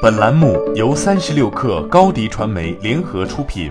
本栏目由36氪高迪传媒联合出品。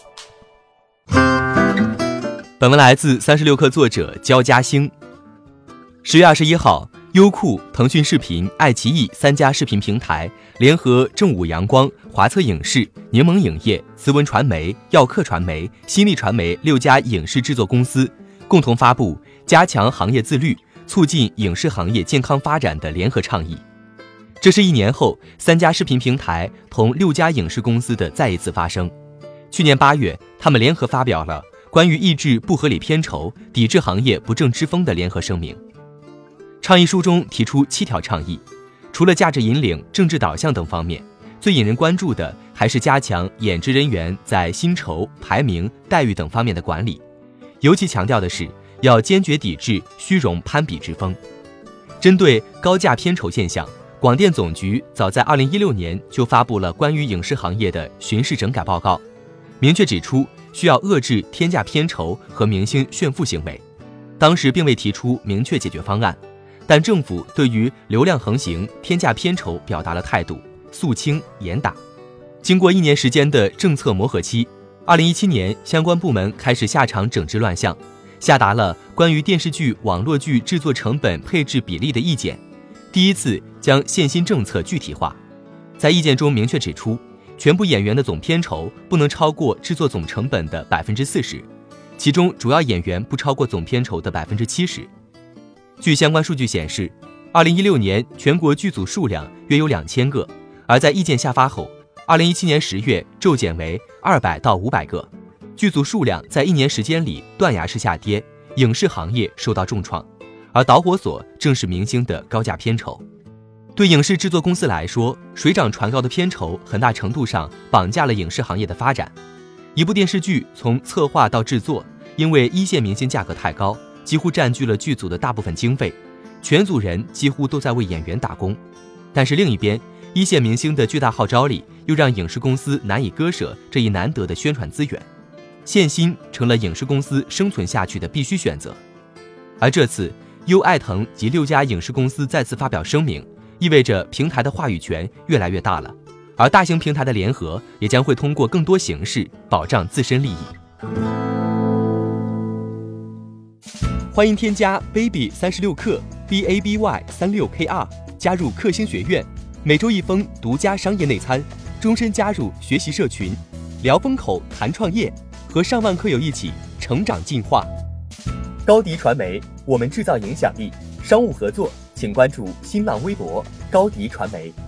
本文来自36氪作者焦嘉兴。10月21号，优酷、腾讯视频、爱奇艺3家视频平台联合正午阳光、华策影视、柠檬影业、慈文传媒、耀客传媒、新力传媒6家影视制作公司共同发布加强行业自律，促进影视行业健康发展的联合倡议。这是1年后3家视频平台同6家影视公司的再一次发声。去年8月，他们联合发表了关于抑制不合理片酬、抵制行业不正之风的联合声明。倡议书中提出7条倡议，除了价值引领、政治导向等方面，最引人关注的还是加强演职人员在薪酬、排名、待遇等方面的管理，尤其强调的是要坚决抵制虚荣攀比之风。针对高价片酬现象，广电总局早在2016年就发布了关于影视行业的巡视整改报告，明确指出需要遏制天价片酬和明星炫富行为。当时并未提出明确解决方案，但政府对于流量横行、天价片酬表达了态度，肃清严打。经过1年时间的政策磨合期，2017年相关部门开始下场整治乱象，下达了关于电视剧、网络剧制作成本配置比例的意见，第一次将限薪政策具体化。在意见中明确指出，全部演员的总片酬不能超过制作总成本的40%，其中主要演员不超过总片酬的70%。据相关数据显示，2016年全国剧组数量约有2000个，而在意见下发后，2017年10月骤减为200到500个，剧组数量在1年时间里断崖式下跌，影视行业受到重创，而导火索正是明星的高价片酬。对影视制作公司来说，水涨船高的片酬很大程度上绑架了影视行业的发展。一部电视剧从策划到制作，因为一线明星价格太高，几乎占据了剧组的大部分经费，全组人几乎都在为演员打工。但是另一边，一线明星的巨大号召力又让影视公司难以割舍这一难得的宣传资源，限薪成了影视公司生存下去的必须选择。而这次优爱腾及6家影视公司再次发表声明，意味着平台的话语权越来越大了，而大型平台的联合也将会通过更多形式保障自身利益。欢迎添加 baby 36克 BABY36KR 加入克星学院，每周1封独家商业内参，终身加入学习社群，聊风口谈创业，和上万课友一起成长进化。高迪传媒，我们制造影响力。商务合作请关注新浪微博高迪传媒。